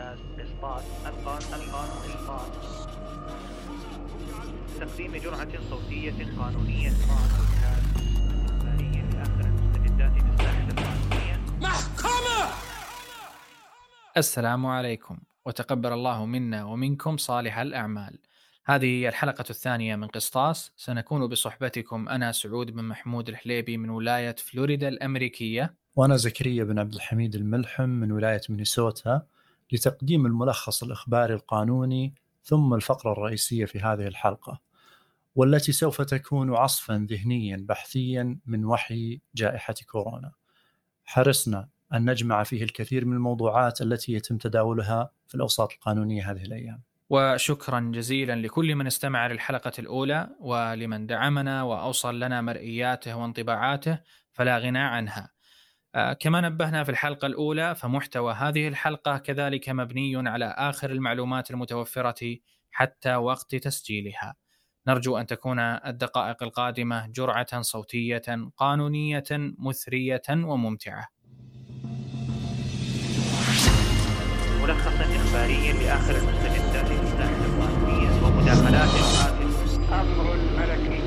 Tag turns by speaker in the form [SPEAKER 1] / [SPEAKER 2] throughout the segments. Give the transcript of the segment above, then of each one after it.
[SPEAKER 1] بودكاست قسطاس القانون تقديم جرعة صوتية قانونية بودكاست إخباري لآخر المستجدات في الساحة القانونية. محكمة.
[SPEAKER 2] السلام عليكم وتقبل الله منا ومنكم صالح الأعمال. هذه الحلقة الثانية من قسطاس. سنكون بصحبتكم أنا سعود بن محمود الحليبي من ولاية فلوريدا الأمريكية،
[SPEAKER 3] وأنا زكريا بن عبد الحميد الملحم من ولاية مينيسوتا، لتقديم الملخص الإخباري القانوني ثم الفقرة الرئيسية في هذه الحلقة، والتي سوف تكون عصفا ذهنيا بحثيا من وحي جائحة كورونا. حرصنا أن نجمع فيه الكثير من الموضوعات التي يتم تداولها في الأوساط القانونية هذه الأيام.
[SPEAKER 2] وشكرا جزيلا لكل من استمع للحلقة الأولى ولمن دعمنا وأوصل لنا مرئياته وانطباعاته فلا غنى عنها. كما نبهنا في الحلقة الأولى، فمحتوى هذه الحلقة كذلك مبني على آخر المعلومات المتوفرة حتى وقت تسجيلها. نرجو أن تكون الدقائق القادمة جرعة صوتية قانونية مثرية وممتعة.
[SPEAKER 1] ملخص إخباري لآخر المستجدات في الساحة القانونية ومداخلات أمر ملكي.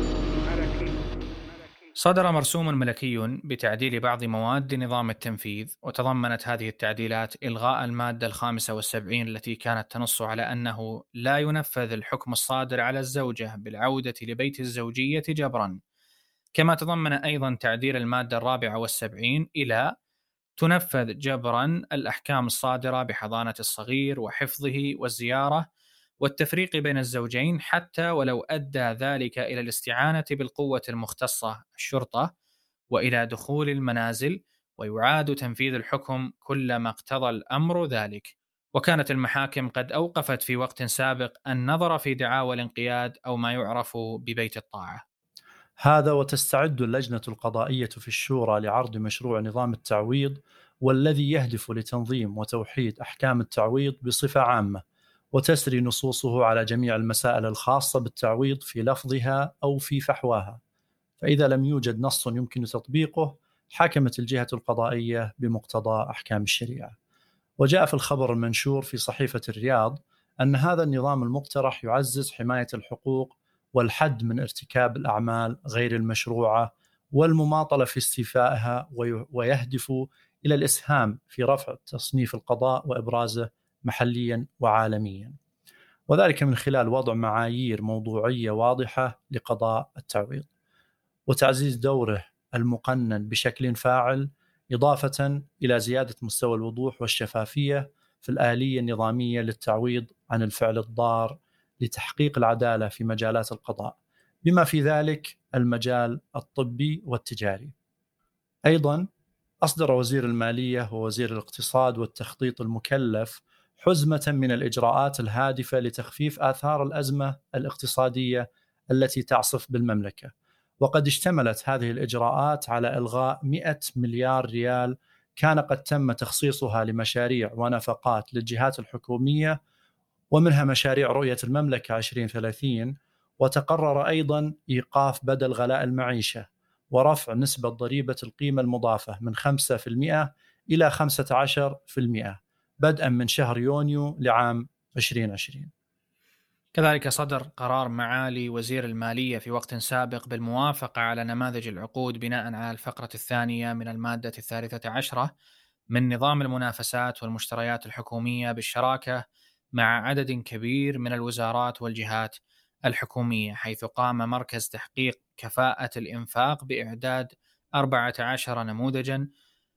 [SPEAKER 2] صدر مرسوم ملكي بتعديل بعض مواد نظام التنفيذ، وتضمنت هذه التعديلات إلغاء المادة 75 التي كانت تنص على أنه لا ينفذ الحكم الصادر على الزوجة بالعودة لبيت الزوجية جبرا. كما تضمن أيضا تعديل المادة 74 إلى تنفذ جبرا الأحكام الصادرة بحضانة الصغير وحفظه والزيارة والتفريق بين الزوجين، حتى ولو أدى ذلك إلى الاستعانة بالقوة المختصة الشرطة وإلى دخول المنازل، ويعاد تنفيذ الحكم كلما اقتضى الأمر ذلك. وكانت المحاكم قد أوقفت في وقت سابق النظر في دعاوى الانقياد أو ما يعرف ببيت الطاعة.
[SPEAKER 3] هذا وتستعد اللجنة القضائية في الشورى لعرض مشروع نظام التعويض، والذي يهدف لتنظيم وتوحيد أحكام التعويض بصفة عامة، وتسري نصوصه على جميع المسائل الخاصة بالتعويض في لفظها أو في فحواها. فإذا لم يوجد نص يمكن تطبيقه، حكمت الجهة القضائية بمقتضى أحكام الشريعة. وجاء في الخبر المنشور في صحيفة الرياض أن هذا النظام المقترح يعزز حماية الحقوق والحد من ارتكاب الأعمال غير المشروعة والمماطلة في استيفائها، ويهدف إلى الإسهام في رفع تصنيف القضاء وإبرازه محليا وعالميا، وذلك من خلال وضع معايير موضوعية واضحة لقضاء التعويض، وتعزيز دوره المقنن بشكل فاعل، إضافة إلى زيادة مستوى الوضوح والشفافية في الآلية النظامية للتعويض عن الفعل الضار لتحقيق العدالة في مجالات القضاء، بما في ذلك المجال الطبي والتجاري. أيضا أصدر وزير المالية ووزير الاقتصاد والتخطيط المكلف حزمة من الإجراءات الهادفة لتخفيف آثار الأزمة الاقتصادية التي تعصف بالمملكة، وقد اشتملت هذه الإجراءات على إلغاء 100 مليار ريال كان قد تم تخصيصها لمشاريع ونفقات للجهات الحكومية، ومنها مشاريع رؤية المملكة 2030. وتقرر أيضا إيقاف بدل غلاء المعيشة ورفع نسبة ضريبة القيمة المضافة من 5% إلى 15% بدءا من شهر يونيو لعام 2020.
[SPEAKER 2] كذلك صدر قرار معالي وزير المالية في وقت سابق بالموافقة على نماذج العقود بناء على الفقرة الثانية من المادة 13 من نظام المنافسات والمشتريات الحكومية بالشراكة مع عدد كبير من الوزارات والجهات الحكومية، حيث قام مركز تحقيق كفاءة الإنفاق بإعداد 14 نموذجا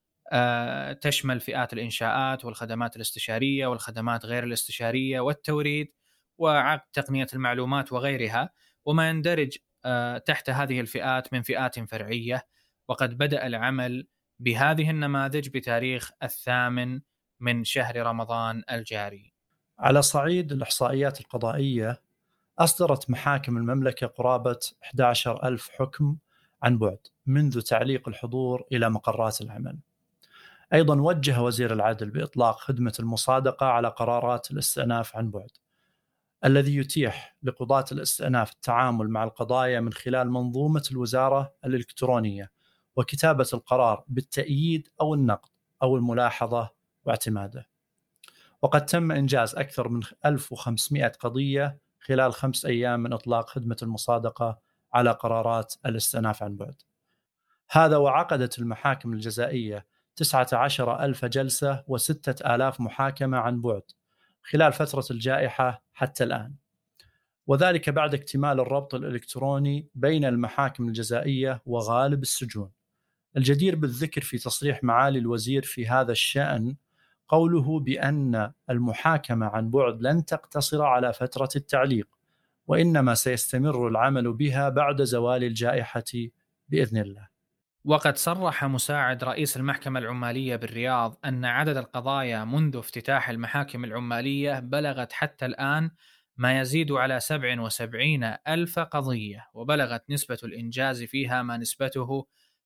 [SPEAKER 2] تشمل فئات الإنشاءات والخدمات الاستشارية والخدمات غير الاستشارية والتوريد وعقد تقنية المعلومات وغيرها، وما يندرج تحت هذه الفئات من فئات فرعية. وقد بدأ العمل بهذه النماذج بتاريخ 8 من شهر رمضان الجاري.
[SPEAKER 3] على صعيد الإحصائيات القضائية، أصدرت محاكم المملكة قرابة 11,000 حكم عن بعد منذ تعليق الحضور إلى مقرات العمل. أيضا وجه وزير العدل بإطلاق خدمة المصادقة على قرارات الاستئناف عن بعد، الذي يتيح لقضاة الاستئناف التعامل مع القضايا من خلال منظومة الوزارة الإلكترونية، وكتابة القرار بالتأييد أو النقد أو الملاحظة واعتماده. وقد تم إنجاز أكثر من 1500 قضية خلال 5 أيام من إطلاق خدمة المصادقة على قرارات الاستئناف عن بعد. هذا وعقدت المحاكم الجزائية 19,000 جلسة و6,000 محاكمة عن بعد خلال فترة الجائحة حتى الآن، وذلك بعد اكتمال الربط الإلكتروني بين المحاكم الجزائية وغالب السجون. الجدير بالذكر في تصريح معالي الوزير في هذا الشأن قوله بأن المحاكمة عن بعد لن تقتصر على فترة التعليق، وإنما سيستمر العمل بها بعد زوال الجائحة بإذن الله.
[SPEAKER 2] وقد صرح مساعد رئيس المحكمة العمالية بالرياض أن عدد القضايا منذ افتتاح المحاكم العمالية بلغت حتى الآن ما يزيد على 77,000 قضية، وبلغت نسبة الإنجاز فيها ما نسبته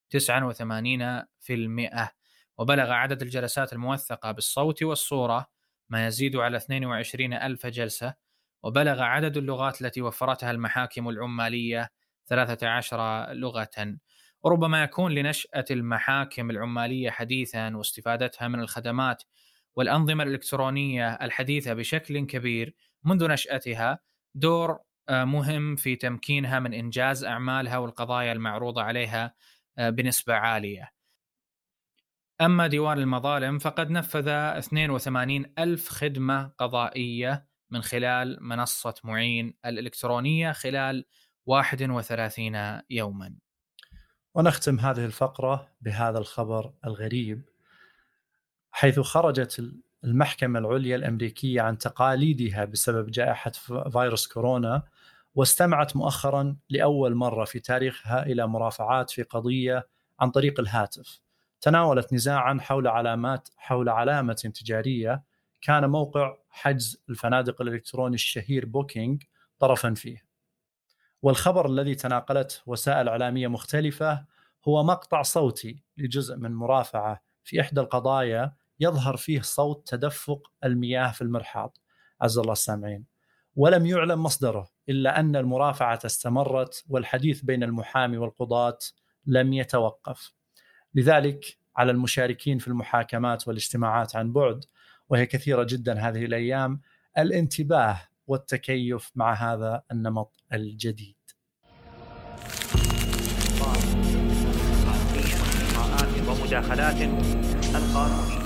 [SPEAKER 2] 89%، وبلغ عدد الجلسات الموثقة بالصوت والصورة ما يزيد على 22,000 جلسة، وبلغ عدد اللغات التي وفرتها المحاكم العمالية 13 لغة. وربما يكون لنشأة المحاكم العمالية حديثاً واستفادتها من الخدمات والأنظمة الإلكترونية الحديثة بشكل كبير منذ نشأتها دور مهم في تمكينها من إنجاز أعمالها والقضايا المعروضة عليها بنسبة عالية. أما ديوان المظالم فقد نفذ 82,000 خدمة قضائية من خلال منصة معين الإلكترونية خلال 31 يوماً.
[SPEAKER 3] ونختم هذه الفقرة بهذا الخبر الغريب، حيث خرجت المحكمة العليا الأمريكية عن تقاليدها بسبب جائحة فيروس كورونا، واستمعت مؤخرا لأول مرة في تاريخها إلى مرافعات في قضية عن طريق الهاتف تناولت نزاعا حول علامة تجارية كان موقع حجز الفنادق الإلكتروني الشهير بوكينج طرفا فيه. والخبر الذي تناقلته وسائل إعلامية مختلفة هو مقطع صوتي لجزء من مرافعة في إحدى القضايا يظهر فيه صوت تدفق المياه في المرحاض عز الله السامعين، ولم يعلم مصدره، إلا أن المرافعة استمرت والحديث بين المحامي والقضاة لم يتوقف. لذلك على المشاركين في المحاكمات والاجتماعات عن بعد، وهي كثيرة جدا هذه الأيام، الانتباه والتكيف مع هذا النمط الجديد.
[SPEAKER 1] ومداخلات القانونية.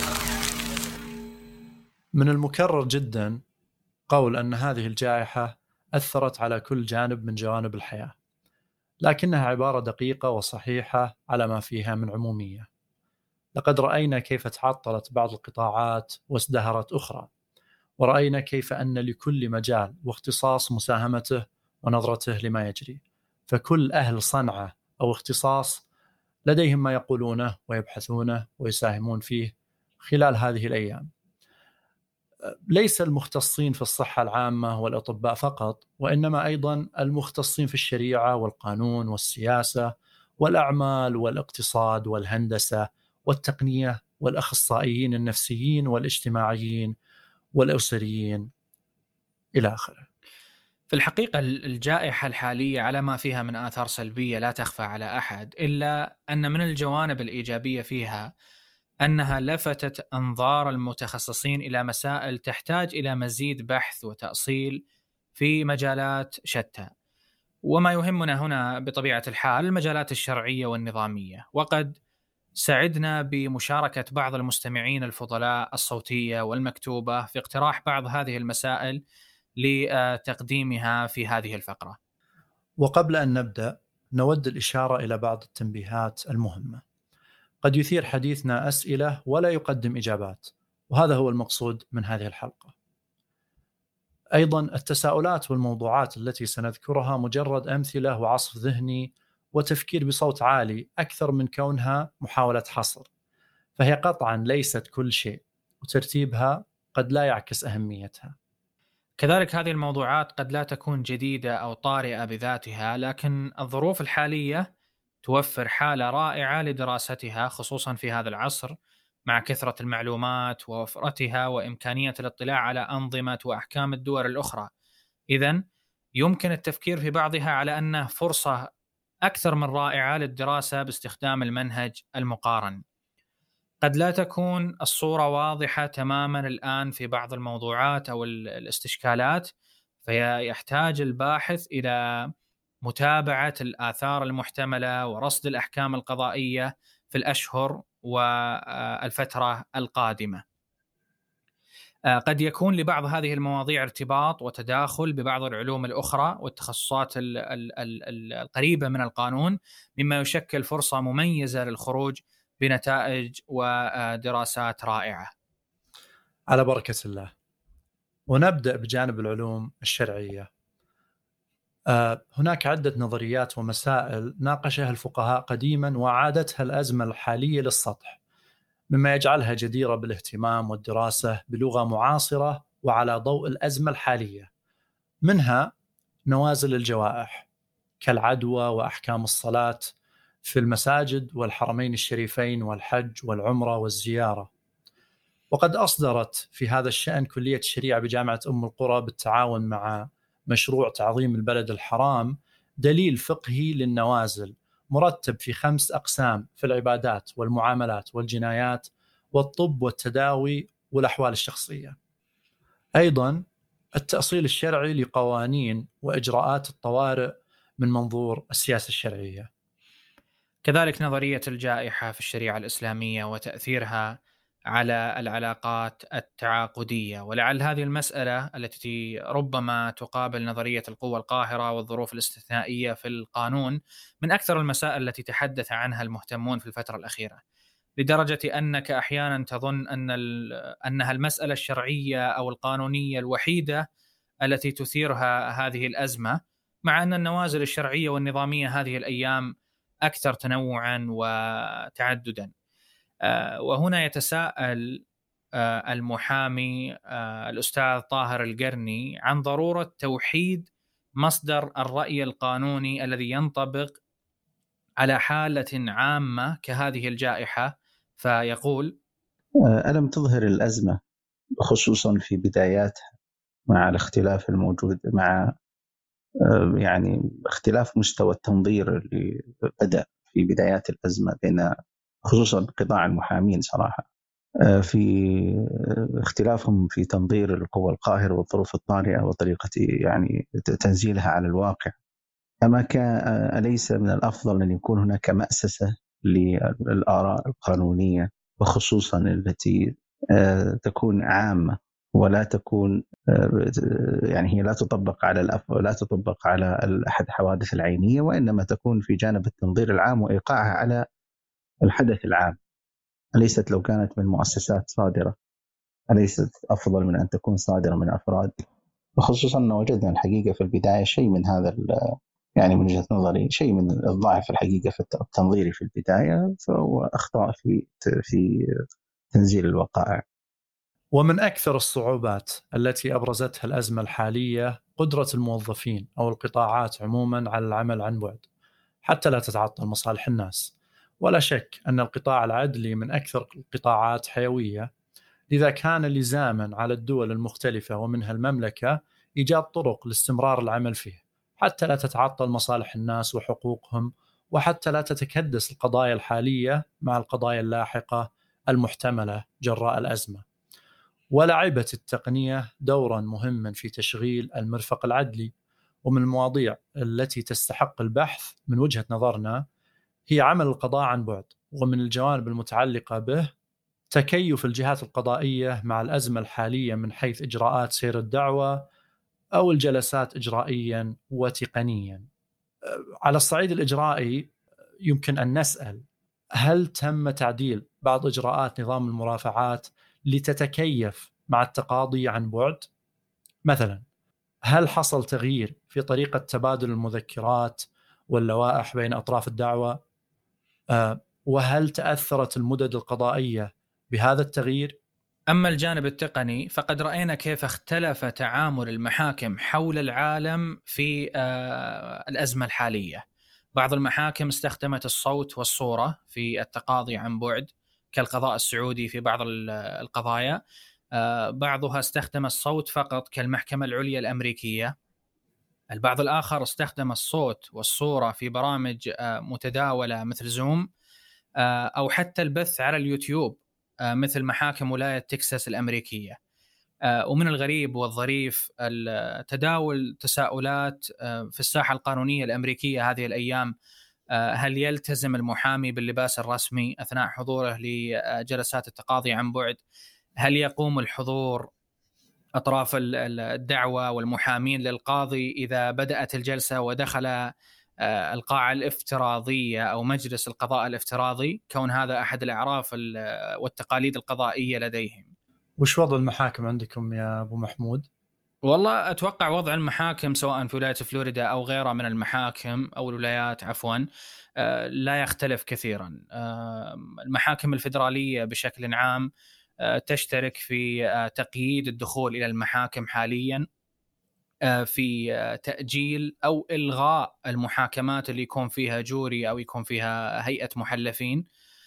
[SPEAKER 3] من المكرر جدا قول أن هذه الجائحة أثرت على كل جانب من جوانب الحياة، لكنها عبارة دقيقة وصحيحة على ما فيها من عمومية. لقد رأينا كيف تعطلت بعض القطاعات وازدهرت أخرى، ورأينا كيف أن لكل مجال واختصاص مساهمته ونظرته لما يجري، فكل أهل صنعة أو اختصاص لديهم ما يقولونه ويبحثونه ويساهمون فيه خلال هذه الأيام. ليس المختصين في الصحة العامة والأطباء فقط، وإنما أيضا المختصين في الشريعة والقانون والسياسة والأعمال والاقتصاد والهندسة والتقنية والأخصائيين النفسيين والاجتماعيين والأسريين إلى آخره.
[SPEAKER 2] في الحقيقة الجائحة الحالية على ما فيها من آثار سلبية لا تخفى على أحد، إلا أن من الجوانب الإيجابية فيها أنها لفتت أنظار المتخصصين إلى مسائل تحتاج إلى مزيد بحث وتأصيل في مجالات شتى، وما يهمنا هنا بطبيعة الحال المجالات الشرعية والنظامية. وقد سعدنا بمشاركة بعض المستمعين الفضلاء الصوتية والمكتوبة في اقتراح بعض هذه المسائل لتقديمها في هذه الفقرة.
[SPEAKER 3] وقبل أن نبدأ نود الإشارة إلى بعض التنبيهات المهمة. قد يثير حديثنا أسئلة ولا يقدم إجابات، وهذا هو المقصود من هذه الحلقة. أيضا التساؤلات والموضوعات التي سنذكرها مجرد أمثلة وعصف ذهني وتفكير بصوت عالي أكثر من كونها محاولة حصر، فهي قطعا ليست كل شيء، وترتيبها قد لا يعكس أهميتها.
[SPEAKER 2] كذلك هذه الموضوعات قد لا تكون جديدة أو طارئة بذاتها، لكن الظروف الحالية توفر حالة رائعة لدراستها، خصوصا في هذا العصر مع كثرة المعلومات ووفرتها وإمكانية الاطلاع على أنظمة وأحكام الدول الأخرى. إذن يمكن التفكير في بعضها على أنه فرصة أكثر من رائعة للدراسة باستخدام المنهج المقارن. قد لا تكون الصورة واضحة تماما الآن في بعض الموضوعات أو الاستشكالات، فيحتاج الباحث إلى متابعة الآثار المحتملة ورصد الأحكام القضائية في الأشهر والفترة القادمة. قد يكون لبعض هذه المواضيع ارتباط وتداخل ببعض العلوم الأخرى والتخصصات القريبة من القانون، مما يشكل فرصة مميزة للخروج بنتائج ودراسات رائعة.
[SPEAKER 3] على بركة الله. ونبدأ بجانب العلوم الشرعية. هناك عدة نظريات ومسائل ناقشها الفقهاء قديما وعادتها الأزمة الحالية للسطح، مما يجعلها جديرة بالاهتمام والدراسة بلغة معاصرة وعلى ضوء الأزمة الحالية. منها نوازل الجوائح كالعدوى وأحكام الصلاة في المساجد والحرمين الشريفين والحج والعمرة والزيارة. وقد أصدرت في هذا الشأن كلية الشريعة بجامعة أم القرى بالتعاون مع مشروع تعظيم البلد الحرام دليل فقهي للنوازل مرتب في 5 أقسام في العبادات والمعاملات والجنايات والطب والتداوي والأحوال الشخصية. أيضا التأصيل الشرعي لقوانين وإجراءات الطوارئ من منظور السياسة الشرعية.
[SPEAKER 2] كذلك نظرية الجائحة في الشريعة الإسلامية وتأثيرها على العلاقات التعاقدية، ولعل هذه المسألة التي ربما تقابل نظرية القوة القاهرة والظروف الاستثنائية في القانون من أكثر المسائل التي تحدث عنها المهتمون في الفترة الأخيرة، لدرجة أنك أحيانا تظن أنها المسألة الشرعية أو القانونية الوحيدة التي تثيرها هذه الأزمة، مع أن النوازل الشرعية والنظامية هذه الأيام أكثر تنوعا وتعددا. وهنا يتساءل المحامي الأستاذ طاهر القرني عن ضرورة توحيد مصدر الرأي القانوني الذي ينطبق على حالة عامة كهذه الجائحة، فيقول:
[SPEAKER 4] ألم تظهر الأزمة خصوصا في بداياتها مع الاختلاف الموجود، مع يعني اختلاف مستوى التنظير اللي بدأ في بدايات الأزمة بين خصوصا قطاع المحامين صراحة، في اختلافهم في تنظير القوى القاهرة والظروف الطارئة وطريقة يعني تنزيلها على الواقع. أما أليس من الأفضل أن يكون هناك مأسسة للآراء القانونية، وخصوصا التي تكون عامة ولا تكون يعني هي لا تطبق على أحد حوادث العينية، وإنما تكون في جانب التنظير العام وإيقاعها على الحدث العام؟ أليست لو كانت من مؤسسات صادرة أليست أفضل من أن تكون صادرة من أفراد؟ وخصوصا أن وجدنا الحقيقة في البداية شيء من هذا، يعني من وجهة نظري شيء من الضعف الحقيقة في التنظير في البداية، فهو أخطاء في تنزيل الوقائع.
[SPEAKER 3] ومن أكثر الصعوبات التي أبرزتها الأزمة الحالية قدرة الموظفين أو القطاعات عموما على العمل عن بعد حتى لا تتعطل مصالح الناس. ولا شك أن القطاع العدلي من أكثر القطاعات حيوية، لذا كان لزاما على الدول المختلفة ومنها المملكة إيجاد طرق لاستمرار العمل فيه حتى لا تتعطل مصالح الناس وحقوقهم، وحتى لا تتكدس القضايا الحالية مع القضايا اللاحقة المحتملة جراء الأزمة. ولعبت التقنية دورا مهما في تشغيل المرفق العدلي. ومن المواضيع التي تستحق البحث من وجهة نظرنا هي عمل القضاء عن بعد، ومن الجوانب المتعلقة به تكيف الجهات القضائية مع الأزمة الحالية من حيث إجراءات سير الدعوة أو الجلسات إجرائيا وتقنيا. على الصعيد الإجرائي يمكن أن نسأل: هل تم تعديل بعض إجراءات نظام المرافعات لتتكيف مع التقاضي عن بعد؟ مثلا، هل حصل تغيير في طريقة تبادل المذكرات واللوائح بين أطراف الدعوة؟ وهل تأثرت المدد القضائية بهذا التغيير؟
[SPEAKER 2] أما الجانب التقني فقد رأينا كيف اختلف تعامل المحاكم حول العالم في الأزمة الحالية. بعض المحاكم استخدمت الصوت والصورة في التقاضي عن بعد كالقضاء السعودي في بعض القضايا، بعضها استخدم الصوت فقط كالمحكمة العليا الأمريكية، البعض الآخر استخدم الصوت والصورة في برامج متداولة مثل زوم أو حتى البث على اليوتيوب مثل محاكم ولاية تكساس الأمريكية. ومن الغريب والظريف تداول تساؤلات في الساحة القانونية الأمريكية هذه الأيام. هل يلتزم المحامي باللباس الرسمي أثناء حضوره لجلسات التقاضي عن بعد؟ هل يقوم الحضور أطراف الدعوة والمحامين للقاضي إذا بدأت الجلسة ودخل القاعة الافتراضية أو مجلس القضاء الافتراضي، كون هذا أحد الأعراف والتقاليد القضائية لديهم؟
[SPEAKER 3] وش وضع المحاكم عندكم يا أبو محمود؟
[SPEAKER 2] والله أتوقع وضع المحاكم سواء في ولاية فلوريدا أو غيرها من المحاكم أو الولايات لا يختلف كثيرا. المحاكم الفيدرالية بشكل عام تشترك في تقييد الدخول إلى المحاكم حاليا، في تأجيل أو إلغاء المحاكمات اللي يكون فيها جوري أو يكون فيها هيئة محلفين،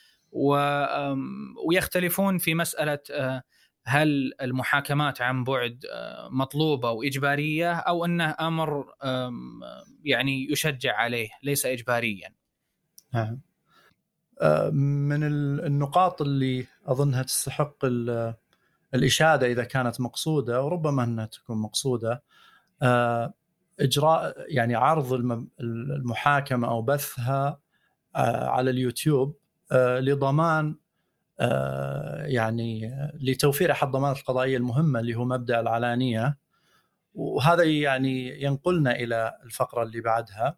[SPEAKER 2] ويختلفون في مسألة هل المحاكمات عن بعد مطلوبة وإجبارية أو أنه أمر يعني يشجع عليه ليس إجباريا.
[SPEAKER 3] نعم. من النقاط اللي أظنها تستحق الإشادة إذا كانت مقصودة، وربما أنها تكون مقصودة، إجراء يعني عرض المحاكمة أو بثها على اليوتيوب لضمان يعني لتوفير أحد الضمانات القضائية المهمة اللي هو مبدأ العلانية. وهذا يعني ينقلنا إلى الفقرة اللي بعدها.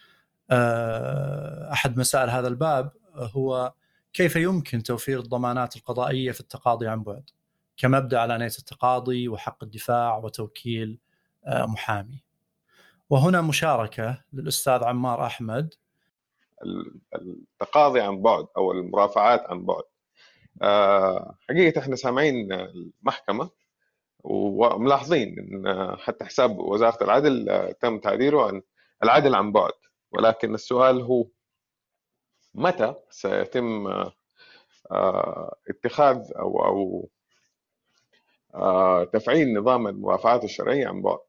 [SPEAKER 3] أحد مسائل هذا الباب هو كيف يمكن توفير الضمانات القضائية في التقاضي عن بعد كمبدأ علانية التقاضي وحق الدفاع وتوكيل محامي. وهنا مشاركة للأستاذ عمار أحمد.
[SPEAKER 5] التقاضي عن بعد أو المرافعات عن بعد، حقيقة احنا سامعين المحكمة وملاحظين أن حتى حساب وزارة العدل تم تعبيره عن العدل عن بعد، ولكن السؤال هو متى سيتم اتخاذ أو تفعيل نظام المرافعات الشرعية عن بعد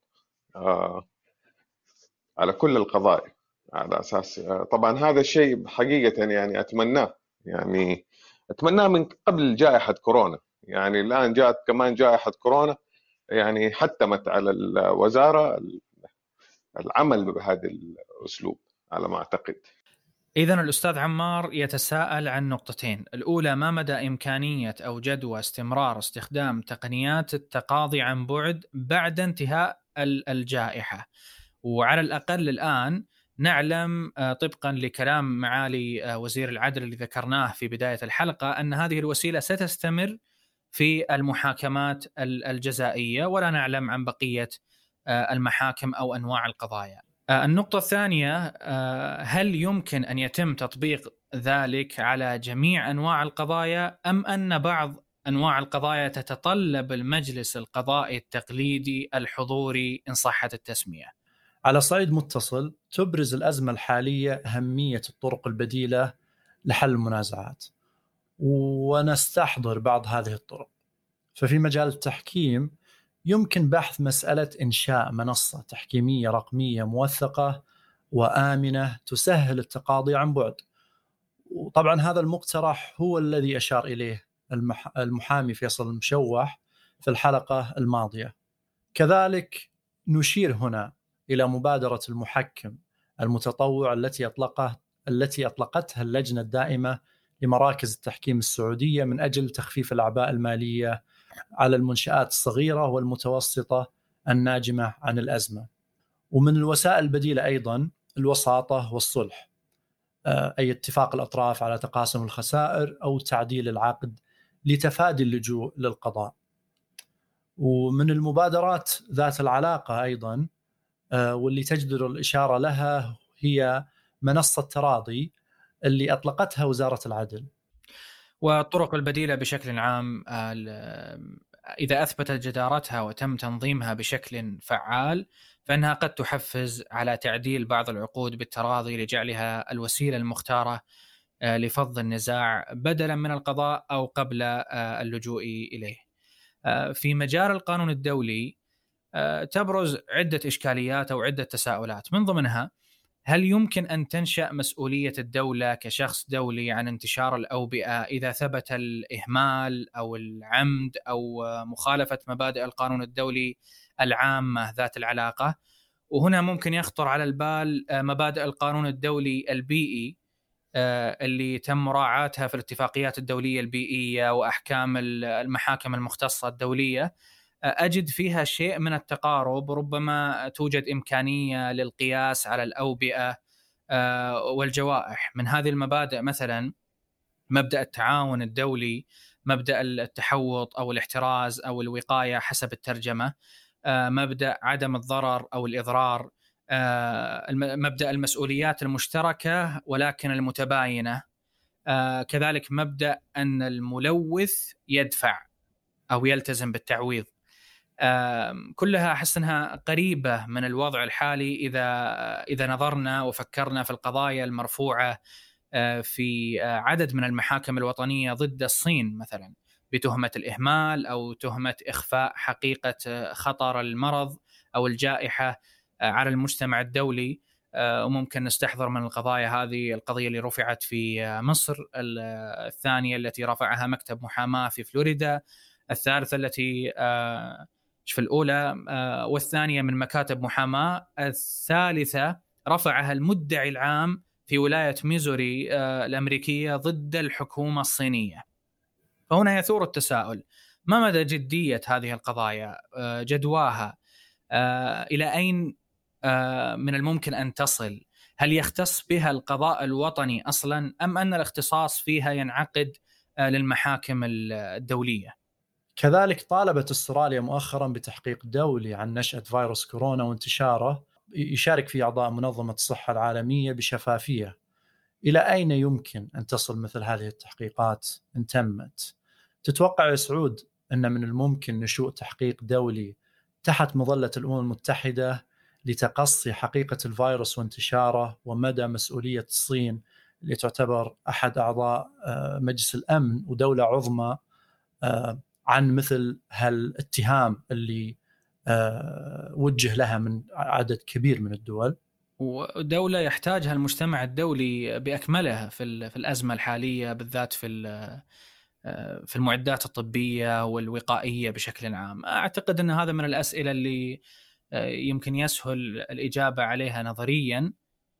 [SPEAKER 5] على كل القضايا على أساس. طبعا هذا الشيء حقيقة يعني أتمناه من قبل جائحة كورونا. يعني الآن جاءت كمان جائحة كورونا يعني حتمت على الوزارة العمل بهذا الأسلوب على ما أعتقد.
[SPEAKER 2] إذن الأستاذ عمار يتساءل عن نقطتين. الأولى، ما مدى إمكانية أو جدوى استمرار استخدام تقنيات التقاضي عن بعد بعد انتهاء الجائحة؟ وعلى الأقل الآن نعلم طبقا لكلام معالي وزير العدل اللي ذكرناه في بداية الحلقة أن هذه الوسيلة ستستمر في المحاكمات الجزائية، ولا نعلم عن بقية المحاكم أو أنواع القضايا. النقطة الثانية، هل يمكن أن يتم تطبيق ذلك على جميع أنواع القضايا أم أن بعض أنواع القضايا تتطلب المجلس القضائي التقليدي الحضوري إن صحت التسمية؟
[SPEAKER 3] على صعيد متصل، تبرز الأزمة الحالية أهمية الطرق البديلة لحل المنازعات، ونستحضر بعض هذه الطرق. ففي مجال التحكيم يمكن بحث مسألة إنشاء منصة تحكيمية رقمية موثقة وآمنة تسهل التقاضي عن بعد. وطبعا هذا المقترح هو الذي أشار إليه المحامي فيصل المشوح في الحلقة الماضية. كذلك نشير هنا إلى مبادرة المحكم المتطوع التي أطلقتها اللجنة الدائمة لمراكز التحكيم السعودية من أجل تخفيف الأعباء المالية على المنشآت الصغيرة والمتوسطة الناجمة عن الأزمة. ومن الوسائل البديلة أيضا الوساطة والصلح، أي اتفاق الأطراف على تقاسم الخسائر أو تعديل العقد لتفادي اللجوء للقضاء. ومن المبادرات ذات العلاقة أيضا واللي تجدر الإشارة لها هي منصة تراضي اللي أطلقتها وزارة العدل.
[SPEAKER 2] والطرق البديلة بشكل عام إذا أثبتت جدارتها وتم تنظيمها بشكل فعال فإنها قد تحفز على تعديل بعض العقود بالتراضي لجعلها الوسيلة المختارة لفض النزاع بدلا من القضاء أو قبل اللجوء إليه. في مجال القانون الدولي تبرز عدة إشكاليات أو عدة تساؤلات، من ضمنها هل يمكن أن تنشأ مسؤولية الدولة كشخص دولي عن انتشار الأوبئة إذا ثبت الإهمال أو العمد أو مخالفة مبادئ القانون الدولي العامة ذات العلاقة؟ وهنا ممكن يخطر على البال مبادئ القانون الدولي البيئي اللي تم مراعاتها في الاتفاقيات الدولية البيئية وأحكام المحاكم المختصة الدولية. أجد فيها شيء من التقارب، ربما توجد إمكانية للقياس على الأوبئة والجوائح. من هذه المبادئ مثلا مبدأ التعاون الدولي، مبدأ التحوط أو الاحتراز أو الوقاية حسب الترجمة، مبدأ عدم الضرر أو الإضرار، مبدأ المسؤوليات المشتركة ولكن المتباينة، كذلك مبدأ أن الملوث يدفع أو يلتزم بالتعويض. كلها أحس أنها قريبة من الوضع الحالي إذا نظرنا وفكرنا في القضايا المرفوعة في عدد من المحاكم الوطنية ضد الصين مثلا بتهمة الإهمال أو تهمة إخفاء حقيقة خطر المرض أو الجائحة على المجتمع الدولي. وممكن نستحضر من القضايا هذه القضية اللي رفعت في مصر، الثانية التي رفعها مكتب محاماة في فلوريدا، الثالثة التي في الأولى والثانية من مكاتب محاماة، الثالثة رفعها المدعي العام في ولاية ميزوري الأمريكية ضد الحكومة الصينية. فهنا يثور التساؤل: ما مدى جدية هذه القضايا؟ جدواها إلى أين من الممكن أن تصل؟ هل يختص بها القضاء الوطني أصلا أم أن الاختصاص فيها ينعقد للمحاكم الدولية؟
[SPEAKER 3] كذلك طالبت استراليا مؤخرا بتحقيق دولي عن نشأة فيروس كورونا وانتشاره يشارك فيه أعضاء منظمة الصحة العالمية بشفافية. إلى أين يمكن أن تصل مثل هذه التحقيقات إن تمت؟ تتوقع يا سعود أن من الممكن نشوء تحقيق دولي تحت مظلة الأمم المتحدة لتقصي حقيقة الفيروس وانتشاره ومدى مسؤولية الصين اللي تعتبر أحد أعضاء مجلس الأمن ودولة عظمى عن مثل هالاتهام اللي وجه لها من عدد كبير من الدول،
[SPEAKER 2] ودولة يحتاجها المجتمع الدولي بأكمله في الأزمة الحالية، بالذات في المعدات الطبية والوقائية بشكل عام. أعتقد أن هذا من الأسئلة اللي يمكن يسهل الإجابة عليها نظريا،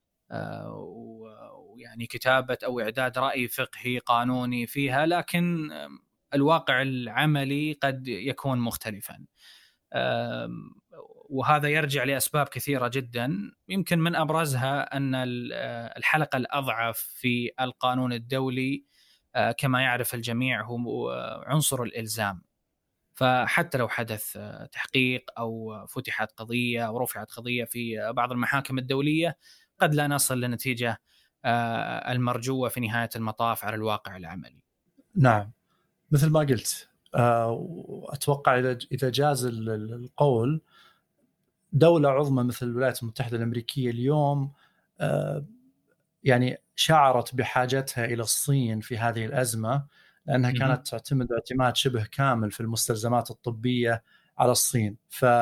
[SPEAKER 2] ويعني كتابة أو إعداد رأي فقهي قانوني فيها، لكن الواقع العملي قد يكون مختلفا، وهذا يرجع لأسباب كثيرة جدا. يمكن من أبرزها أن الحلقة الأضعف في القانون الدولي كما يعرف الجميع هو عنصر الإلزام. فحتى لو حدث تحقيق أو فتحت قضية أو رفعت قضية في بعض المحاكم الدولية، قد لا نصل لنتيجة المرجوة في نهاية المطاف على الواقع العملي.
[SPEAKER 3] نعم، مثل ما قلت، أتوقع إذا جاز القول، دولة عظمى مثل الولايات المتحدة الأمريكية اليوم يعني شعرت بحاجتها إلى الصين في هذه الأزمة، لأنها كانت تعتمد اعتماد شبه كامل في المستلزمات الطبية على الصين.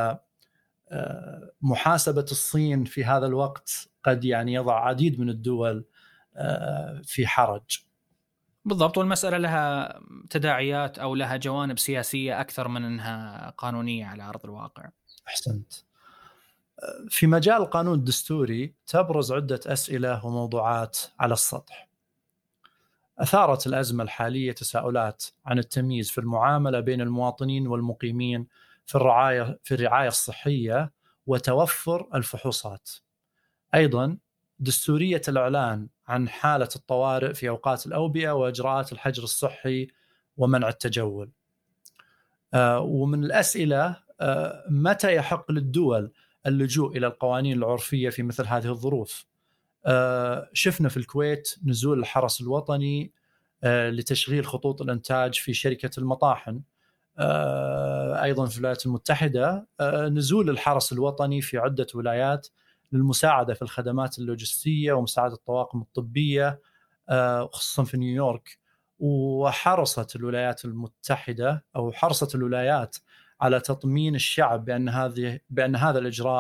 [SPEAKER 3] فمحاسبة الصين في هذا الوقت قد يعني يضع عديد من الدول في حرج.
[SPEAKER 2] بالضبط، والمسألة لها تداعيات أو لها جوانب سياسية أكثر من أنها قانونية على أرض الواقع.
[SPEAKER 3] أحسنت. في مجال القانون الدستوري تبرز عدة أسئلة وموضوعات على السطح. أثارت الأزمة الحالية تساؤلات عن التمييز في المعاملة بين المواطنين والمقيمين في الرعاية الصحية وتوفر الفحوصات. أيضا دستورية الإعلان عن حالة الطوارئ في أوقات الأوبئة وإجراءات الحجر الصحي ومنع التجول. ومن الأسئلة متى يحق للدول اللجوء إلى القوانين العرفية في مثل هذه الظروف؟ شفنا في الكويت نزول الحرس الوطني لتشغيل خطوط الإنتاج في شركة المطاحن. أيضا في الولايات المتحدة نزول الحرس الوطني في عدة ولايات للمساعدة في الخدمات اللوجستية ومساعدة الطواقم الطبية، خصوصا في نيويورك. وحرصت الولايات المتحدة أو حرصت الولايات على تطمين الشعب بأن هذا الإجراء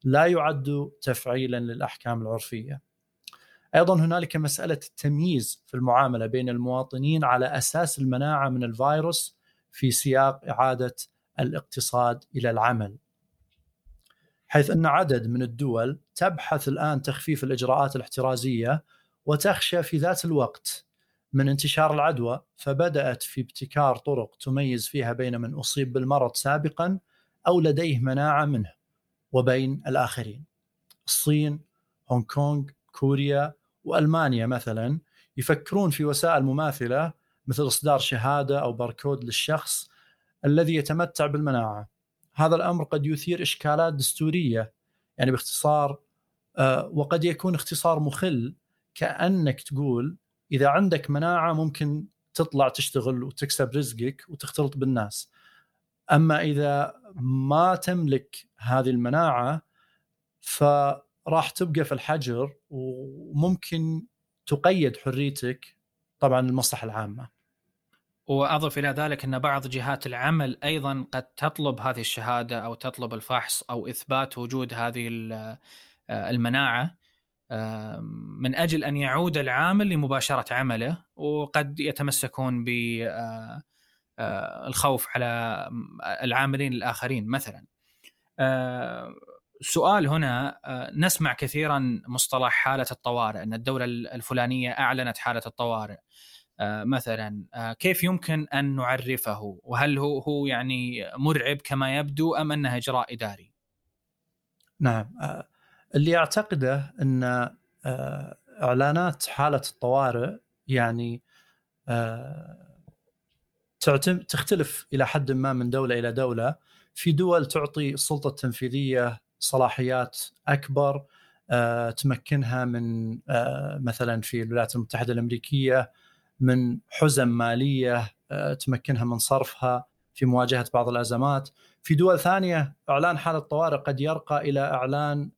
[SPEAKER 3] لا يعد تفعيلا للأحكام العرفية. أيضا هنالك مسألة التمييز في المعاملة بين المواطنين على أساس المناعة من الفيروس في سياق إعادة الاقتصاد إلى العمل، حيث أن عدد من الدول تبحث الآن تخفيف الإجراءات الاحترازية وتخشى في ذات الوقت من انتشار العدوى، فبدأت في ابتكار طرق تميز فيها بين من أصيب بالمرض سابقا أو لديه مناعة منه وبين الآخرين. الصين، هونغ كونغ، كوريا وألمانيا مثلا يفكرون في وسائل مماثلة مثل إصدار شهادة أو باركود للشخص الذي يتمتع بالمناعة. هذا الأمر قد يثير إشكالات دستورية، يعني باختصار وقد يكون اختصار مخل، كأنك تقول إذا عندك مناعة ممكن تطلع تشتغل وتكسب رزقك وتختلط بالناس، أما إذا ما تملك هذه المناعة فراح تبقى في الحجر وممكن تقيد حريتك طبعا المصلحة العامة.
[SPEAKER 2] وأضف إلى ذلك أن بعض جهات العمل أيضا قد تطلب هذه الشهادة أو تطلب الفحص أو إثبات وجود هذه المناعة من أجل أن يعود العامل لمباشرة عمله، وقد يتمسكون بالخوف على العاملين الآخرين مثلا. سؤال هنا، نسمع كثيرا مصطلح حالة الطوارئ، أن الدولة الفلانية أعلنت حالة الطوارئ مثلا، كيف يمكن أن نعرفه؟ وهل هو يعني مرعب كما يبدو أم أنه إجراء إداري؟
[SPEAKER 3] نعم، اللي أعتقده أن إعلانات حالة الطوارئ يعني تختلف إلى حد ما من دولة إلى دولة. في دول تعطي السلطة التنفيذية صلاحيات أكبر، تمكنها من مثلا في الولايات المتحدة الأمريكية من حزم مالية، تمكنها من صرفها في مواجهة بعض الأزمات. في دول ثانية إعلان حالة طوارئ قد يرقى إلى إعلان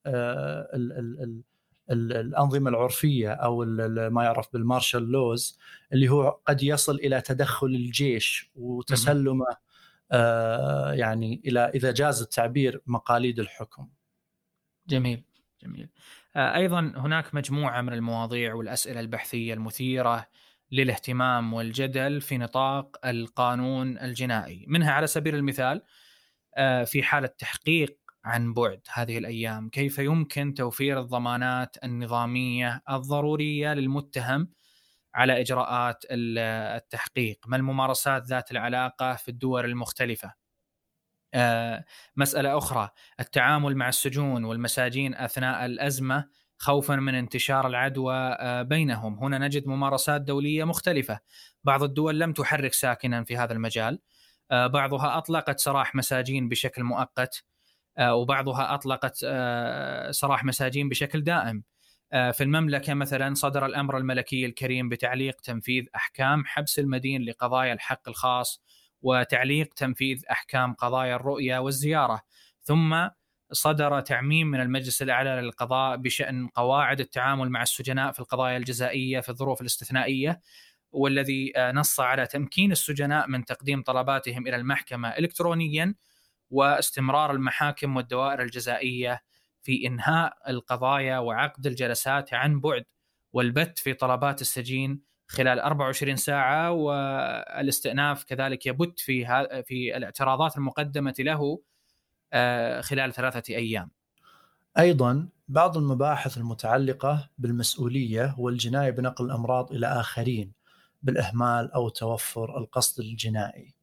[SPEAKER 3] الأنظمة العرفية أو ما يعرف بالمارشال لوز، اللي هو قد يصل إلى تدخل الجيش وتسلمه يعني إلى، إذا جاز التعبير، مقاليد الحكم.
[SPEAKER 2] جميل جميل. أيضا هناك مجموعة من المواضيع والأسئلة البحثية المثيرة للاهتمام والجدل في نطاق القانون الجنائي، منها على سبيل المثال في حالة تحقيق عن بعد هذه الأيام كيف يمكن توفير الضمانات النظامية الضرورية للمتهم على إجراءات التحقيق؟ ما الممارسات ذات العلاقة في الدول المختلفة؟ مسألة أخرى، التعامل مع السجون والمساجين أثناء الأزمة خوفا من انتشار العدوى بينهم. هنا نجد ممارسات دولية مختلفة، بعض الدول لم تحرك ساكنا في هذا المجال، بعضها أطلقت سراح مساجين بشكل مؤقت، وبعضها أطلقت سراح مساجين بشكل دائم. في المملكة مثلا صدر الأمر الملكي الكريم بتعليق تنفيذ أحكام حبس المدين لقضايا الحق الخاص وتعليق تنفيذ أحكام قضايا الرؤية والزيارة، ثم صدر تعميم من المجلس الأعلى للقضاء بشأن قواعد التعامل مع السجناء في القضايا الجزائية في الظروف الاستثنائية، والذي نص على تمكين السجناء من تقديم طلباتهم إلى المحكمة إلكترونيا، واستمرار المحاكم والدوائر الجزائية في إنهاء القضايا وعقد الجلسات عن بعد والبت في طلبات السجين خلال 24 ساعة، والاستئناف كذلك يبت في الاعتراضات المقدمة له خلال 3 أيام.
[SPEAKER 3] أيضا بعض المباحث المتعلقة بالمسؤولية والجناية بنقل الأمراض إلى آخرين بالإهمال أو توفر القصد الجنائي.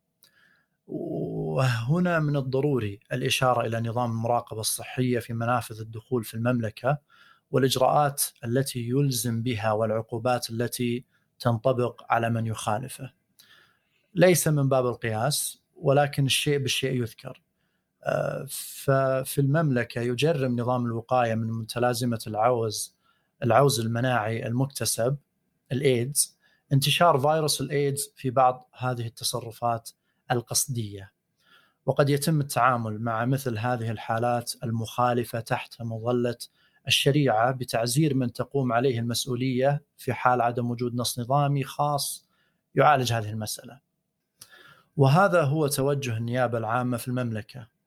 [SPEAKER 3] وهنا من الضروري الإشارة إلى نظام المراقبة الصحية في منافذ الدخول في المملكة والإجراءات التي يلزم بها والعقوبات التي تنطبق على من يخالفه. ليس من باب القياس، ولكن الشيء بالشيء يذكر. ففي المملكة يجرم نظام الوقاية من متلازمة العوز المناعي المكتسب الإيدز انتشار فيروس الإيدز في بعض هذه التصرفات القصدية، وقد يتم التعامل مع مثل هذه الحالات المخالفة تحت مظلة الشريعة بتعزير من تقوم عليه المسؤولية في حال عدم وجود نص نظامي خاص يعالج هذه المسألة. وهذا هو توجه النيابة العامة في المملكة،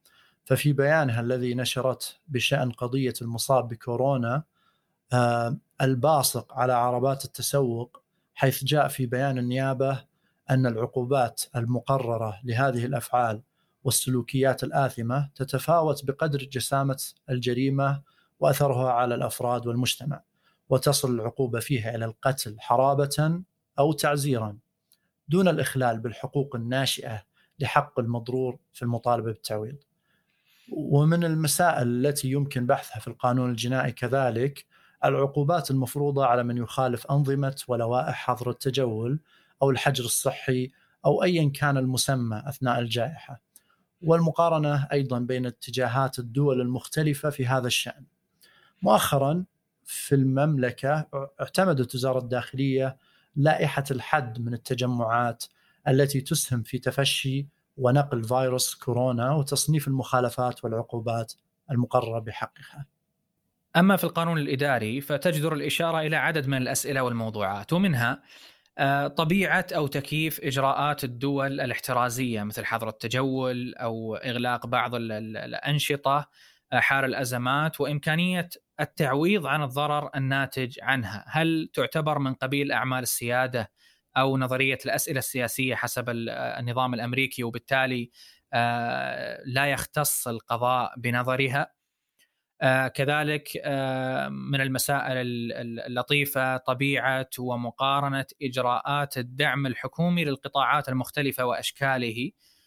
[SPEAKER 3] ففي بيانها الذي نشرته بشأن قضية المصاب بكورونا الباصق على عربات التسوق، حيث جاء في بيان النيابة أن العقوبات المقررة لهذه الأفعال والسلوكيات الآثمة تتفاوت بقدر جسامة الجريمة وأثرها على الأفراد والمجتمع، وتصل العقوبة فيها إلى القتل حرابة أو تعزيرا دون الإخلال بالحقوق الناشئة لحق المضرور في المطالبة بالتعويض. ومن المسائل التي يمكن بحثها في القانون الجنائي كذلك العقوبات المفروضة على من يخالف أنظمة ولوائح حظر التجول أو الحجر الصحي أو أيا كان المسمى أثناء الجائحة، والمقارنة أيضا بين اتجاهات الدول المختلفة في هذا الشأن. مؤخرا في المملكة اعتمدت وزارة الداخلية لائحة الحد من التجمعات التي تسهم في تفشي ونقل فيروس كورونا وتصنيف المخالفات والعقوبات المقررة بحقها.
[SPEAKER 2] أما في القانون الإداري فتجدر الإشارة إلى عدد من الأسئلة والموضوعات، ومنها طبيعة أو تكييف إجراءات الدول الاحترازية مثل حظر التجول أو إغلاق بعض الأنشطة حال الأزمات، وإمكانية التعويض عن الضرر الناتج عنها. هل تعتبر من قبيل أعمال السيادة أو نظرية الأسئلة السياسية حسب النظام الأمريكي، وبالتالي لا يختص القضاء بنظرها؟ كذلك من المسائل اللطيفة طبيعة ومقارنة إجراءات الدعم الحكومي للقطاعات المختلفة وأشكاله،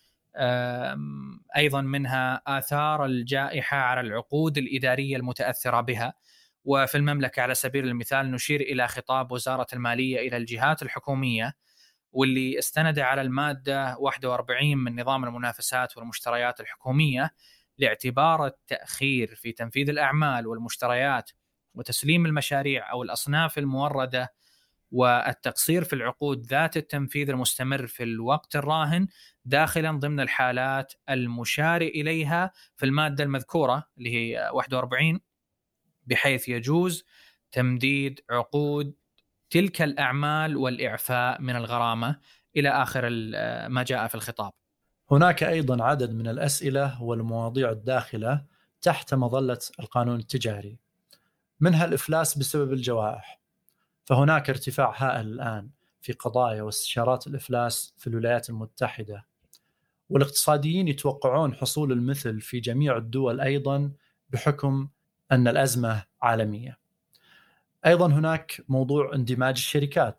[SPEAKER 2] أيضا منها آثار الجائحة على العقود الإدارية المتأثرة بها. وفي المملكة على سبيل المثال نشير إلى خطاب وزارة المالية إلى الجهات الحكومية، واللي استند على المادة 41 من نظام المنافسات والمشتريات الحكومية لاعتبار التأخير في تنفيذ الأعمال والمشتريات وتسليم المشاريع أو الأصناف الموردة والتقصير في العقود ذات التنفيذ المستمر في الوقت الراهن داخلا ضمن الحالات المشار إليها في المادة المذكورة اللي هي 41، بحيث يجوز تمديد عقود تلك الأعمال والإعفاء من الغرامة إلى آخر ما جاء في الخطاب.
[SPEAKER 3] هناك أيضا عدد من الأسئلة والمواضيع الداخلة تحت مظلة القانون التجاري، منها الإفلاس بسبب الجوائح، فهناك ارتفاع هائل الآن في قضايا واستشارات الإفلاس في الولايات المتحدة، والاقتصاديين يتوقعون حصول المثل في جميع الدول أيضا بحكم أن الأزمة عالمية. أيضا هناك موضوع اندماج الشركات،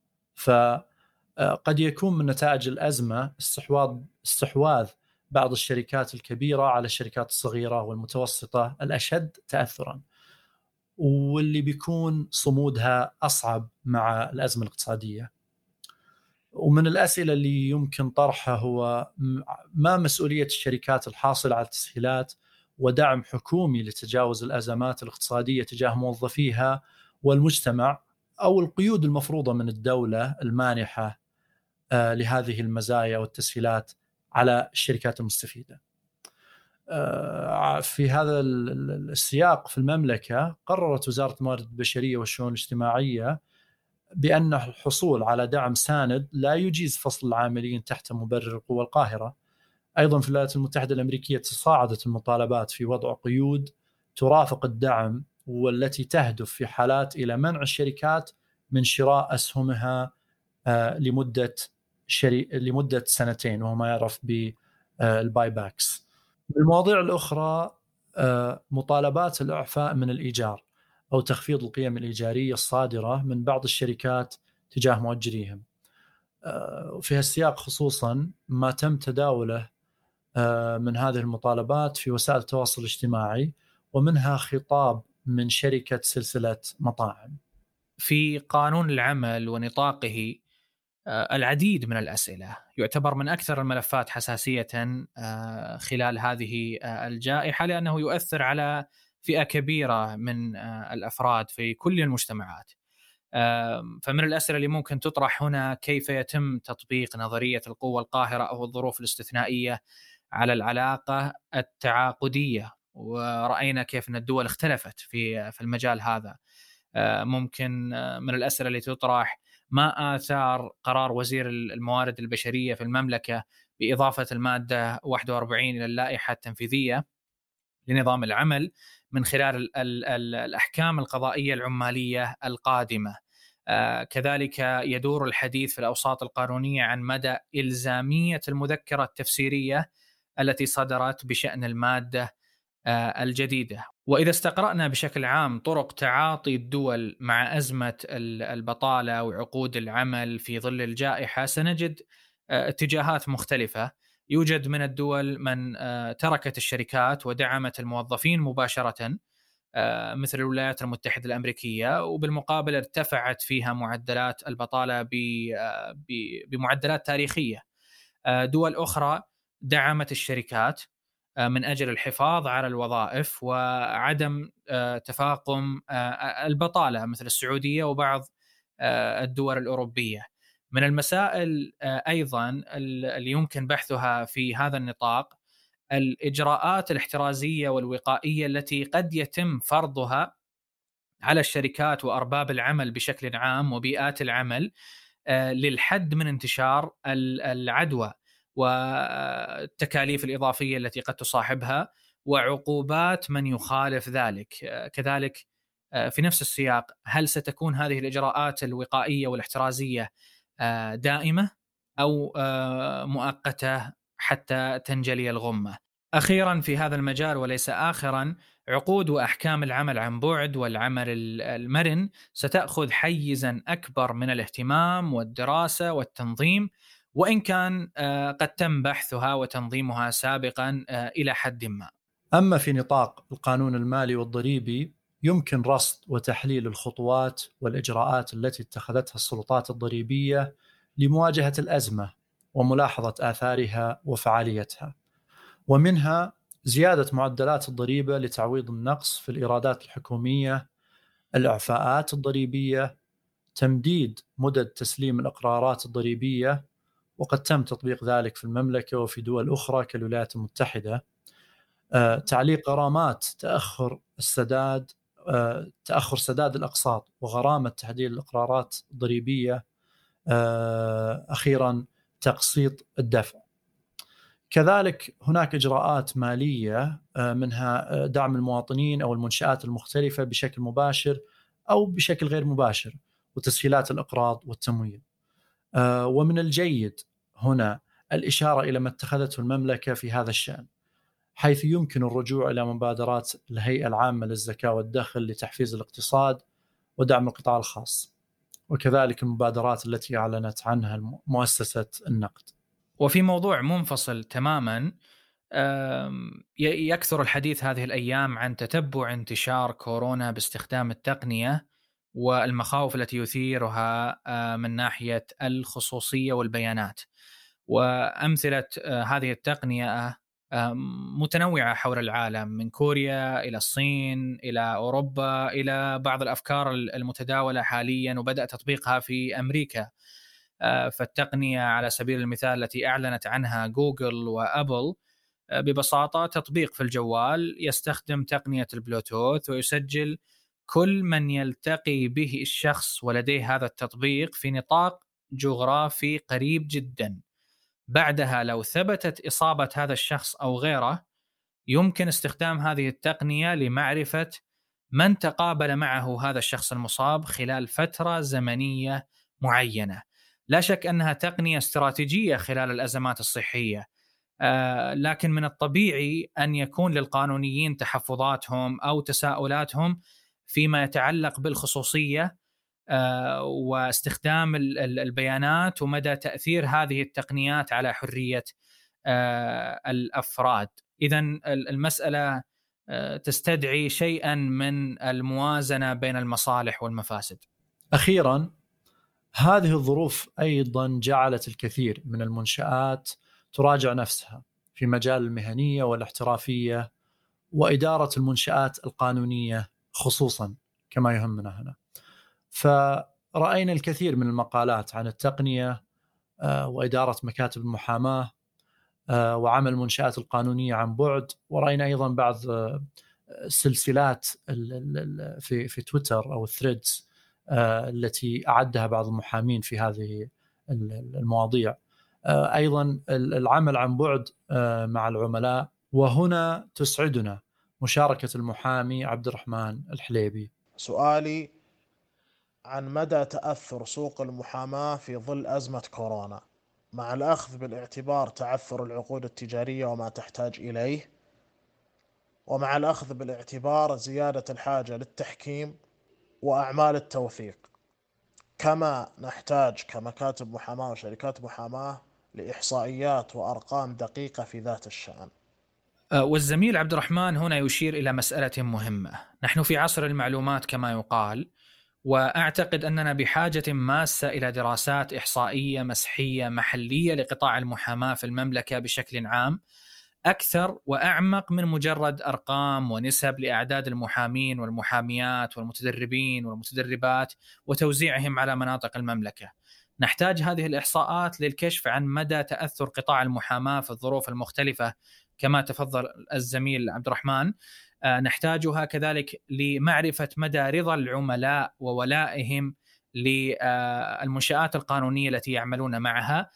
[SPEAKER 3] فقد يكون من نتائج الأزمة استحواذ بعض الشركات الكبيرة على الشركات الصغيرة والمتوسطة الأشد تأثرا، واللي بيكون صمودها أصعب مع الأزمة الاقتصادية. ومن الأسئلة اللي يمكن طرحها هو ما مسؤولية الشركات الحاصلة على التسهيلات ودعم حكومي لتجاوز الأزمات الاقتصادية تجاه موظفيها والمجتمع، أو القيود المفروضة من الدولة المانحة لهذه المزايا والتسهيلات على الشركات المستفيدة. في هذا السياق في المملكة قررت وزارة الموارد البشرية والشؤون الاجتماعية بأن الحصول على دعم ساند لا يجيز فصل العاملين تحت مبرر القوى القاهرة. أيضا في الولايات المتحدة الأمريكية تصاعدت المطالبات في وضع قيود ترافق الدعم، والتي تهدف في حالات إلى منع الشركات من شراء أسهمها لمدة 2 وهو ما يعرف بالباي باكس. المواضيع الأخرى مطالبات الإعفاء من الإيجار أو تخفيض القيم الإيجارية الصادرة من بعض الشركات تجاه مؤجريهم. في السياق خصوصا ما تم تداوله من هذه المطالبات في وسائل التواصل الاجتماعي، ومنها خطاب من شركة سلسلة مطاعم.
[SPEAKER 2] في قانون العمل ونطاقه العديد من الأسئلة، يعتبر من أكثر الملفات حساسية خلال هذه الجائحة، لأنه يؤثر على فئة كبيرة من الأفراد في كل المجتمعات. فمن الأسئلة اللي ممكن تطرح هنا كيف يتم تطبيق نظرية القوة القاهرة أو الظروف الاستثنائية على العلاقة التعاقدية، ورأينا كيف أن الدول اختلفت في المجال هذا. ممكن من الأسئلة اللي تطرح ما آثار قرار وزير الموارد البشرية في المملكة بإضافة المادة 41 إلى اللائحة التنفيذية لنظام العمل من خلال الأحكام القضائية العمالية القادمة. كذلك يدور الحديث في الأوساط القانونية عن مدى إلزامية المذكرة التفسيرية التي صدرت بشأن المادة الجديدة. وإذا استقرأنا بشكل عام طرق تعاطي الدول مع أزمة البطالة وعقود العمل في ظل الجائحة، سنجد اتجاهات مختلفة. يوجد من الدول من تركت الشركات ودعمت الموظفين مباشرة مثل الولايات المتحدة الأمريكية، وبالمقابل ارتفعت فيها معدلات البطالة بمعدلات تاريخية. دول أخرى دعمت الشركات من أجل الحفاظ على الوظائف وعدم تفاقم البطالة، مثل السعودية وبعض الدول الأوروبية. من المسائل أيضا اللي يمكن بحثها في هذا النطاق الإجراءات الاحترازية والوقائية التي قد يتم فرضها على الشركات وأرباب العمل بشكل عام وبيئات العمل للحد من انتشار العدوى والتكاليف الإضافية التي قد تصاحبها وعقوبات من يخالف ذلك. كذلك في نفس السياق، هل ستكون هذه الإجراءات الوقائية والاحترازية دائمة أو مؤقتة حتى تنجلي الغمة؟ أخيرا في هذا المجال وليس آخرا، عقود وأحكام العمل عن بعد والعمل المرن ستأخذ حيزا أكبر من الاهتمام والدراسة والتنظيم، وإن كان قد تم بحثها وتنظيمها سابقا إلى حد ما.
[SPEAKER 3] أما في نطاق القانون المالي والضريبي، يمكن رصد وتحليل الخطوات والإجراءات التي اتخذتها السلطات الضريبية لمواجهة الأزمة وملاحظة آثارها وفعاليتها، ومنها زيادة معدلات الضريبة لتعويض النقص في الإيرادات الحكومية، الإعفاءات الضريبية، تمديد مدد تسليم الإقرارات الضريبية، وقد تم تطبيق ذلك في المملكة وفي دول أخرى كالولايات المتحدة، تعليق غرامات تأخر سداد الأقساط وغرامة تحديد الإقرارات الضريبية، أخيرا تقسيط الدفع. كذلك هناك إجراءات مالية منها دعم المواطنين أو المنشآت المختلفة بشكل مباشر أو بشكل غير مباشر، وتسهيلات الإقراض والتمويل. ومن الجيد هنا الإشارة إلى ما اتخذته المملكة في هذا الشأن، حيث يمكن الرجوع إلى مبادرات الهيئة العامة للزكاة والدخل لتحفيز الاقتصاد ودعم القطاع الخاص، وكذلك المبادرات التي أعلنت عنها مؤسسة النقد.
[SPEAKER 2] وفي موضوع منفصل تماما، يكثر الحديث هذه الأيام عن تتبع انتشار كورونا باستخدام التقنية والمخاوف التي يثيرها من ناحية الخصوصية والبيانات. وأمثلة هذه التقنية متنوعة حول العالم، من كوريا إلى الصين إلى أوروبا إلى بعض الأفكار المتداولة حاليا وبدأ تطبيقها في أمريكا. فالتقنية على سبيل المثال التي أعلنت عنها جوجل وأبل ببساطة تطبيق في الجوال يستخدم تقنية البلوتوث ويسجل كل من يلتقي به الشخص ولديه هذا التطبيق في نطاق جغرافي قريب جدا. بعدها لو ثبتت إصابة هذا الشخص أو غيره، يمكن استخدام هذه التقنية لمعرفة من تقابل معه هذا الشخص المصاب خلال فترة زمنية معينة. لا شك أنها تقنية استراتيجية خلال الأزمات الصحية، لكن من الطبيعي أن يكون للقانونيين تحفظاتهم أو تساؤلاتهم فيما يتعلق بالخصوصية واستخدام البيانات ومدى تأثير هذه التقنيات على حرية الأفراد. إذن المسألة تستدعي شيئا من الموازنة بين المصالح والمفاسد.
[SPEAKER 3] أخيرا، هذه الظروف أيضا جعلت الكثير من المنشآت تراجع نفسها في مجال المهنية والاحترافية وإدارة المنشآت القانونية خصوصا كما يهمنا هنا. فرأينا الكثير من المقالات عن التقنية وإدارة مكاتب المحاماة وعمل المنشآت القانونية عن بعد، ورأينا أيضا بعض سلسلات في تويتر أو الثريدز التي أعدها بعض المحامين في هذه المواضيع، أيضا العمل عن بعد مع العملاء. وهنا تسعدنا مشاركة المحامي عبد الرحمن الحليبي.
[SPEAKER 6] سؤالي عن مدى تأثر سوق المحاماة في ظل أزمة كورونا، مع الأخذ بالاعتبار تعثر العقود التجارية وما تحتاج إليه، ومع الأخذ بالاعتبار زيادة الحاجة للتحكيم وأعمال التوثيق، كما نحتاج كمكاتب محاماة وشركات محاماة لإحصائيات وأرقام دقيقة في ذات الشأن.
[SPEAKER 2] والزميل عبد الرحمن هنا يشير إلى مسألة مهمة. نحن في عصر المعلومات كما يقال، وأعتقد أننا بحاجة ماسة إلى دراسات إحصائية مسحية محلية لقطاع المحاماة في المملكة بشكل عام، أكثر وأعمق من مجرد أرقام ونسب لأعداد المحامين والمحاميات والمتدربين والمتدربات وتوزيعهم على مناطق المملكة. نحتاج هذه الإحصاءات للكشف عن مدى تأثر قطاع المحاماة في الظروف المختلفة كما تفضل الزميل عبد الرحمن. نحتاجها كذلك لمعرفة مدى رضا العملاء وولائهم للمنشآت القانونية التي يعملون معها،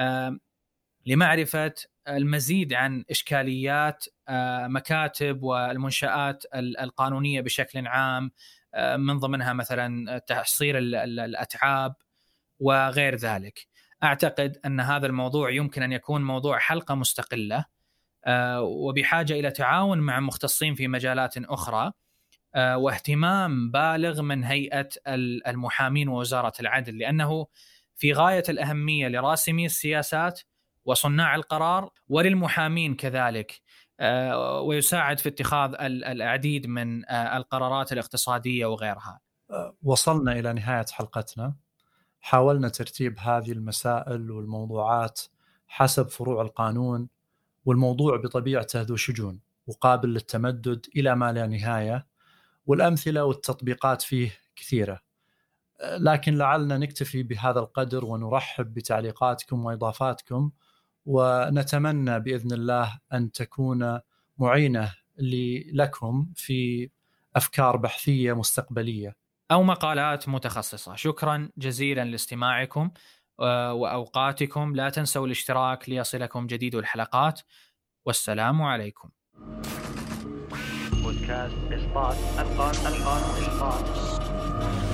[SPEAKER 2] لمعرفة المزيد عن إشكاليات مكاتب والمنشآت القانونية بشكل عام، من ضمنها مثلا تحصيل الأتعاب وغير ذلك. أعتقد أن هذا الموضوع يمكن أن يكون موضوع حلقة مستقلة، وبحاجة إلى تعاون مع مختصين في مجالات أخرى، واهتمام بالغ من هيئة المحامين ووزارة العدل، لأنه في غاية الأهمية لراسمي السياسات وصناع القرار وللمحامين كذلك، ويساعد في اتخاذ العديد من القرارات الاقتصادية وغيرها.
[SPEAKER 3] وصلنا إلى نهاية حلقتنا. حاولنا ترتيب هذه المسائل والموضوعات حسب فروع القانون، والموضوع بطبيعته ذو شجون وقابل للتمدد إلى ما لا نهاية، والأمثلة والتطبيقات فيه كثيرة، لكن لعلنا نكتفي بهذا القدر ونرحب بتعليقاتكم وإضافاتكم، ونتمنى بإذن الله أن تكون معينة لكم في أفكار بحثية مستقبلية
[SPEAKER 2] أو مقالات متخصصة. شكرا جزيلا لاستماعكم وأوقاتكم. لا تنسوا الاشتراك ليصلكم جديد الحلقات، والسلام عليكم.
[SPEAKER 1] بودكاست إسقاط القانون.